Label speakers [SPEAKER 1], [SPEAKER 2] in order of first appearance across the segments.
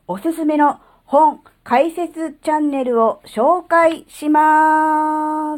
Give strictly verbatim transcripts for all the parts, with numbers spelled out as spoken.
[SPEAKER 1] おすすめの本解説チャンネルを紹介します。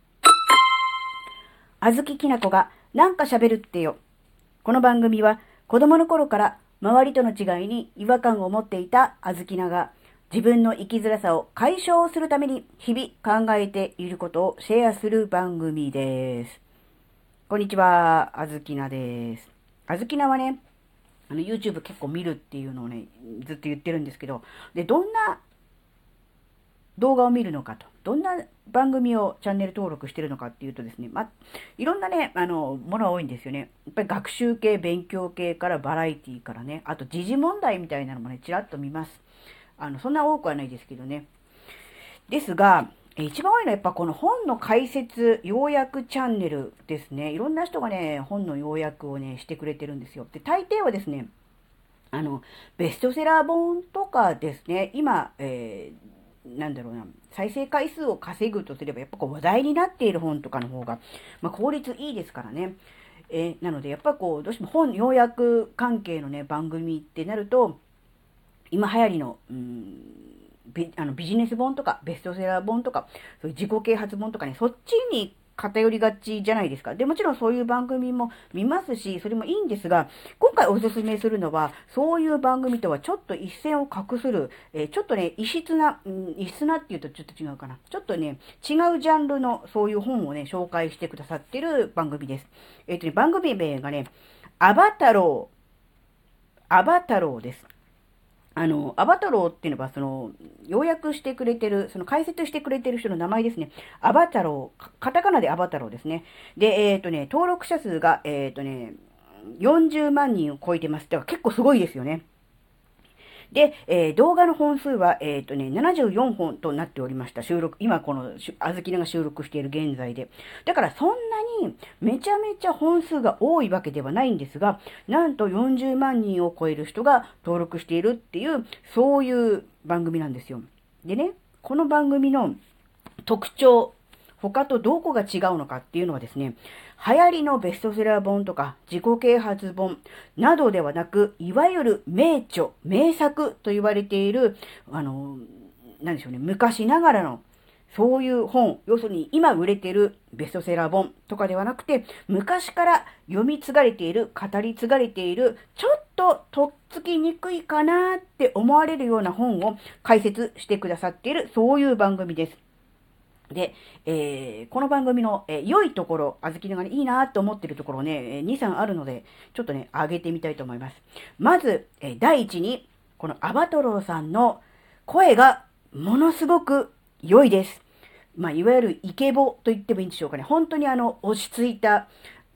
[SPEAKER 1] あずききなこがなんか喋るってよ。この番組は子供の頃から周りとの違いに違和感を持っていたあずきなが自分の生きづらさを解消するために日々考えていることをシェアする番組です。こんにちは、あずきなです。あずきなはね、あの YouTube 結構見るっていうのをね、ずっと言ってるんですけど、で、どんな動画を見るのかと、どんな番組をチャンネル登録してるのかっていうとですね、まあ、いろんなね、あの、ものが多いんですよね。やっぱり学習系、勉強系からバラエティからね、あと時事問題みたいなのもね、ちらっと見ます。あの、そんな多くはないですけどね。ですが、一番多いのはやっぱこの本の解説、要約チャンネルですね。いろんな人がね、本の要約をね、してくれてるんですよ。で、大抵はですね、あの、ベストセラー本とかですね、今、えー、なんだろうな、再生回数を稼ぐとすれば、やっぱこう話題になっている本とかの方が、まあ、効率いいですからね。えー、なので、やっぱこう、どうしても本、要約関係のね、番組ってなると、今流行りの、うん、ビあのビジネス本とか、ベストセラー本とか、そういう自己啓発本とかね、そっちに偏りがちじゃないですか。で、もちろんそういう番組も見ますし、それもいいんですが、今回おすすめするのは、そういう番組とはちょっと一線を画する、えー、ちょっとね、異質な、うん、異質なっていうとちょっと違うかな。ちょっとね、違うジャンルのそういう本をね、紹介してくださってる番組です。えっ、ー、とね、番組名がね、アバタロー、アバタローです。あの、アバタローっていうのは、その、要約してくれてる、その解説してくれてる人の名前ですね。アバタロー、カタカナでアバタローですね。で、えっ、ー、とね、登録者数が、えっ、ー、とね、よんじゅうまんにんを超えてます。だから結構すごいですよね。で、えー、動画の本数は、えっ、ー、とね、ななじゅうよんほんとなっておりました。収録、今この、あずきなが収録している現在で。だからそんなにめちゃめちゃ本数が多いわけではないんですが、なんとよんじゅうまんにんを超える人が登録しているっていう、そういう番組なんですよ。でね、この番組の特徴、他とどこが違うのかっていうのはですね、流行りのベストセラー本とか自己啓発本などではなく、いわゆる名著、名作と言われている、あの、なんでしょうね、昔ながらのそういう本、要するに今売れているベストセラー本とかではなくて、昔から読み継がれている、語り継がれている、ちょっととっつきにくいかなって思われるような本を解説してくださっている、そういう番組です。で、えー、この番組の、えー、良いところ、あずきながね、いいなと思ってるところね、に、さんあるので、ちょっとね、上げてみたいと思います。まず、えー、第一に、このアバトローさんの声がものすごく良いです。まあ、いわゆるイケボと言ってもいいんでしょうかね。本当にあの、落ち着いた、うん、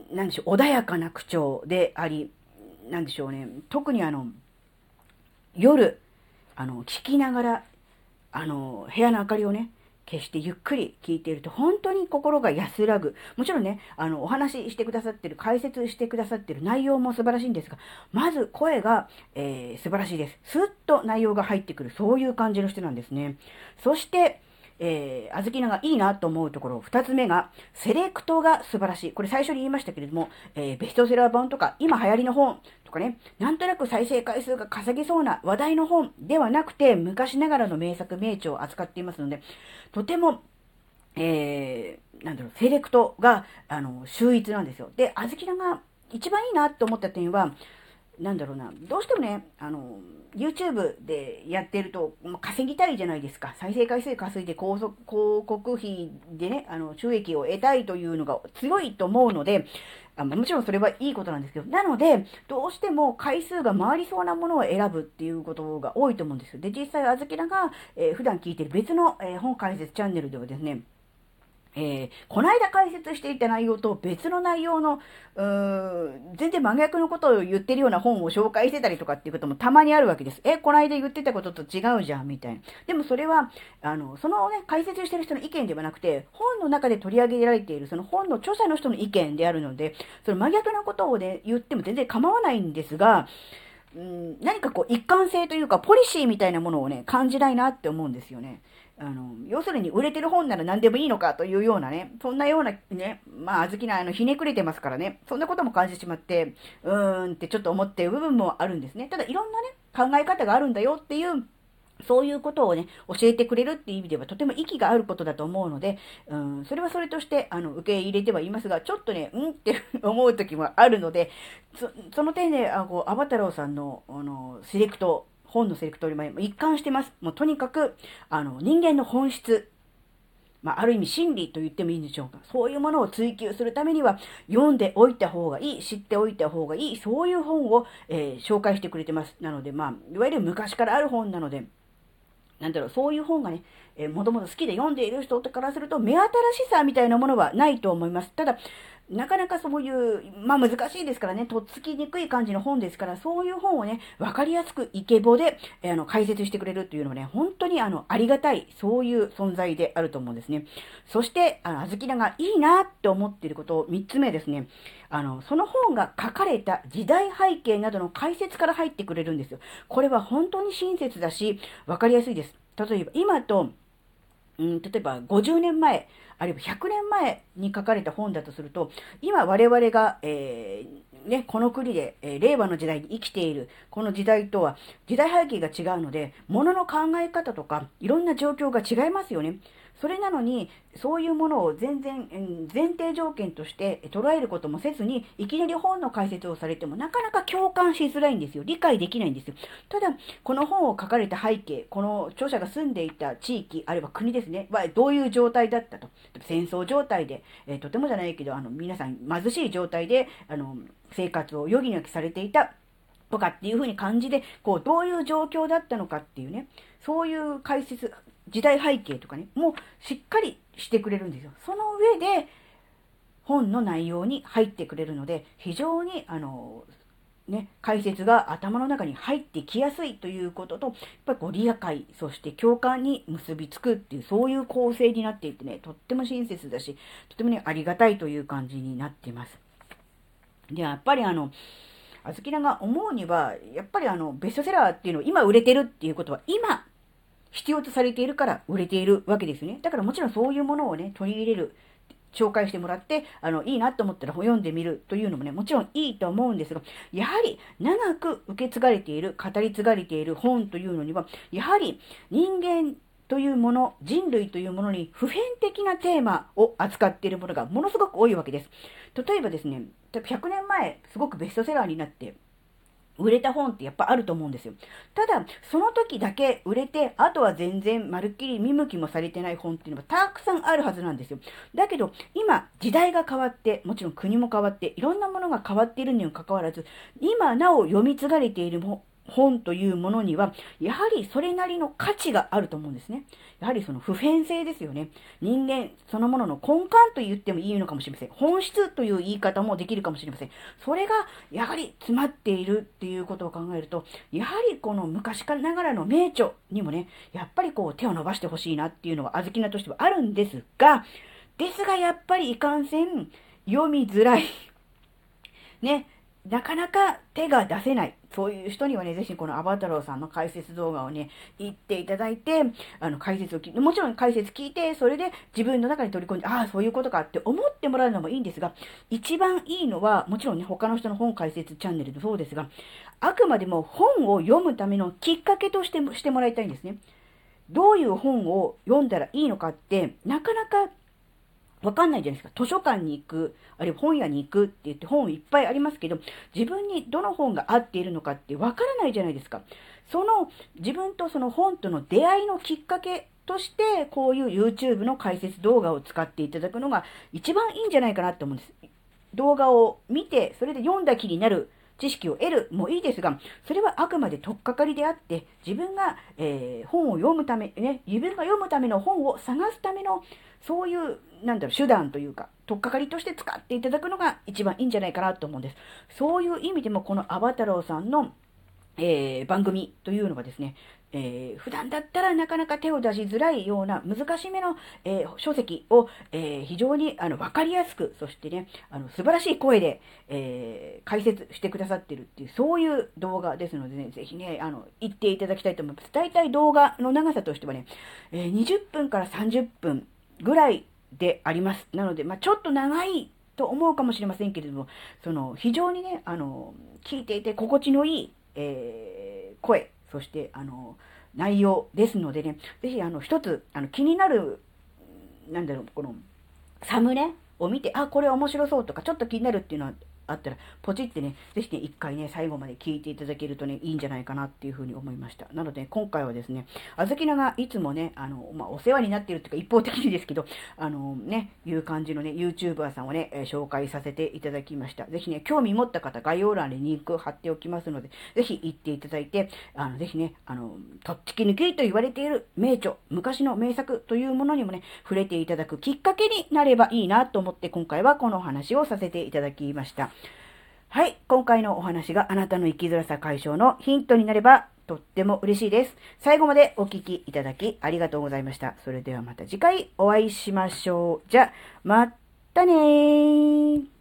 [SPEAKER 1] なんでしょう、穏やかな口調であり、なんでしょうね、特にあの、夜、あの、聞きながら、あの、部屋の明かりをね、消してゆっくり聞いていると本当に心が安らぐ。もちろんね、あの、お話ししてくださってる、解説してくださってる内容も素晴らしいんですが、まず声が、えー、素晴らしいです。スッと内容が入ってくる、そういう感じの人なんですね。そして、えー、あずきながいいなと思うところ、二つ目が、セレクトが素晴らしい。これ最初に言いましたけれども、えー、ベストセラー本とか、今流行りの本とかね、なんとなく再生回数が稼げそうな話題の本ではなくて、昔ながらの名作、名著を扱っていますので、とても、えー、なんだろう、セレクトが、あの、秀逸なんですよ。で、あずきなが一番いいなと思った点は、なんだろうな、どうしてもね、あの、YouTube でやってると、稼ぎたいじゃないですか。再生回数稼いで広告費でね、あの、収益を得たいというのが強いと思うので、あもちろんそれはいいことなんですけど、なので、どうしても回数が回りそうなものを選ぶっていうことが多いと思うんですよ。で、実際、あずきらが、えー、普段聞いてる別の、えー、本解説チャンネルではですね、えー、この間解説していた内容と別の内容の、うーん、全然真逆のことを言ってるような本を紹介してたりとかっていうこともたまにあるわけです。え、この間言ってたことと違うじゃん、みたいな。でもそれは、あの、そのね、解説してる人の意見ではなくて、本の中で取り上げられている、その本の著者の人の意見であるので、その真逆なことをね、言っても全然構わないんですが、うん、何かこう一貫性というかポリシーみたいなものをね、感じないなって思うんですよね。あの、要するに売れてる本なら何でもいいのかというようなね、そんなようなね、まあ、あずきな、あの、ひねくれてますからね、そんなことも感じてしまって、うーんってちょっと思ってる部分もあるんですね。ただ、いろんなね、 考え方があるんだよっていう、そういうことをね、教えてくれるっていう意味ではとても意義があることだと思うので、うん、それはそれとして、あの、受け入れてはいますが、ちょっとね、うんって思う時もあるので、そその点で、あこう、アバタローさんの、あの、セレクト、本のセレクトにも一貫してます。もうとにかく、あの、人間の本質、まあ、ある意味真理と言ってもいいんでしょうか。そういうものを追求するためには、読んでおいた方がいい、知っておいた方がいい、そういう本を、えー紹介してくれてます。なので、まあ、いわゆる昔からある本なので、なんだろう、そういう本がね、えー、もともと好きで読んでいる人からすると、目新しさみたいなものはないと思います。ただ、なかなかそういう、まあ難しいですからね、とっつきにくい感じの本ですから、そういう本をね、わかりやすくイケボで、えーあの、解説してくれるっていうのはね、本当にあの、ありがたい、そういう存在であると思うんですね。そして、あの、あずきらがいいなって思っていることをみっつめですね、あの、その本が書かれた時代背景などの解説から入ってくれるんですよ。これは本当に親切だし、わかりやすいです。例えば、今と、うん、例えばごじゅうねんまえ、あるいはひゃくねんまえに書かれた本だとすると、今我々が、えーね、この国で、えー令和の時代に生きている、この時代とは時代背景が違うので、物の考え方とか、いろんな状況が違いますよね。それなのに、そういうものを全然、うん前提条件として捉えることもせずに、いきなり本の解説をされても、なかなか共感しづらいんですよ。理解できないんですよ。ただ、この本を書かれた背景、この著者が住んでいた地域、あるいは国ですね、はどういう状態だったと。戦争状態で、えーとてもじゃないけど、あの、皆さん貧しい状態で、あの、生活を余儀なくされていた。とかっていう風に感じで、こう、どういう状況だったのかっていうね、そういう解説、時代背景とかね、もうしっかりしてくれるんですよ。その上で、本の内容に入ってくれるので、非常に、あの、ね、解説が頭の中に入ってきやすいということと、やっぱりご利益解、そして共感に結びつくっていう、そういう構成になっていてね、とっても親切だし、とてもね、ありがたいという感じになっています。で、やっぱりあの、あずきらが思うには、やっぱりあの、ベストセラーっていうのを今売れてるっていうことは、今、必要とされているから売れているわけですね。だからもちろんそういうものをね、取り入れる。紹介してもらって、あの、いいなと思ったら読んでみるというのもね、もちろんいいと思うんですが、やはり長く受け継がれている、語り継がれている本というのには、やはり人間というもの、人類というものに普遍的なテーマを扱っているものがものすごく多いわけです。例えばですね、ひゃくねんまえ、すごくベストセラーになって、売れた本ってやっぱあると思うんですよ。ただ、その時だけ売れて、あとは全然まるっきり見向きもされてない本っていうのがたくさんあるはずなんですよ。だけど、今、時代が変わって、もちろん国も変わって、いろんなものが変わっているにもかかわらず、今なお読み継がれているも本というものには、やはりそれなりの価値があると思うんですね。やはりその普遍性ですよね。人間そのものの根幹と言ってもいいのかもしれません。本質という言い方もできるかもしれません。それがやはり詰まっているっていうことを考えると、やはりこの昔からながらの名著にもね、やっぱりこう手を伸ばしてほしいなっていうのはあずきなとしてはあるんですが、ですがやっぱりいかんせん読みづらい。ね。なかなか手が出せない。そういう人にはね、ぜひこのアバタローさんの解説動画をね、言っていただいて、あの、解説を聞いて、もちろん解説聞いて、それで自分の中に取り込んで、ああ、そういうことかって思ってもらうのもいいんですが、一番いいのは、もちろんね、他の人の本解説チャンネルでそうですが、あくまでも本を読むためのきっかけとしてもしてもらいたいんですね。どういう本を読んだらいいのかって、なかなかわかんないじゃないですか。図書館に行く、あるいは本屋に行くって言って本いっぱいありますけど、自分にどの本が合っているのかってわからないじゃないですか。その自分とその本との出会いのきっかけとして、こういう YouTube の解説動画を使っていただくのが一番いいんじゃないかなと思うんです。動画を見て、それで読んだ気になる知識を得るもいいですが、それはあくまで取っかかりであって、自分が、えー本を読むため、ね、自分が読むための本を探すための、そういう、なんだろう、手段というか、取っかかりとして使っていただくのが一番いいんじゃないかなと思うんです。そういう意味でも、このアバタローさんの、えー番組というのがですね、えー普段だったらなかなか手を出しづらいような難しめの、えー書籍を、えー非常にあの分かりやすく、そしてね、あの素晴らしい声で、えー解説してくださってるっていう、そういう動画ですのでね、ぜひね、あの、言っていただきたいと思います。大体動画の長さとしてはね、えーにじゅっぷんからさんじゅっぷんぐらいであります。なので、まあちょっと長いと思うかもしれませんけれども、その、非常にね、あの、聞いていて心地のいい、えー声そして、あの、内容ですのでね、ぜひ、あの、一つ、あの、気になる、なんだろう、この、サムネを見て、あ、これ面白そうとか、ちょっと気になるっていうのは、あったら、ポチってね、ぜひね、一回ね、最後まで聞いていただけるとね、いいんじゃないかなっていうふうに思いました。なので、今回はですね、あずきながいつもね、あの、まあ、お世話になっているっていうか、一方的にですけど、あのね、いう感じのね、YouTuber さんをね、えー紹介させていただきました。ぜひね、興味持った方、概要欄にリンクを貼っておきますので、ぜひ行っていただいて、あの、ぜひね、あの、とっつき抜きと言われている名著、昔の名作というものにもね、触れていただくきっかけになればいいなと思って、今回はこのお話をさせていただきました。はい。今回のお話があなたの生きづらさ解消のヒントになればとっても嬉しいです。最後までお聞きいただきありがとうございました。それではまた次回お会いしましょう。じゃ、またねー。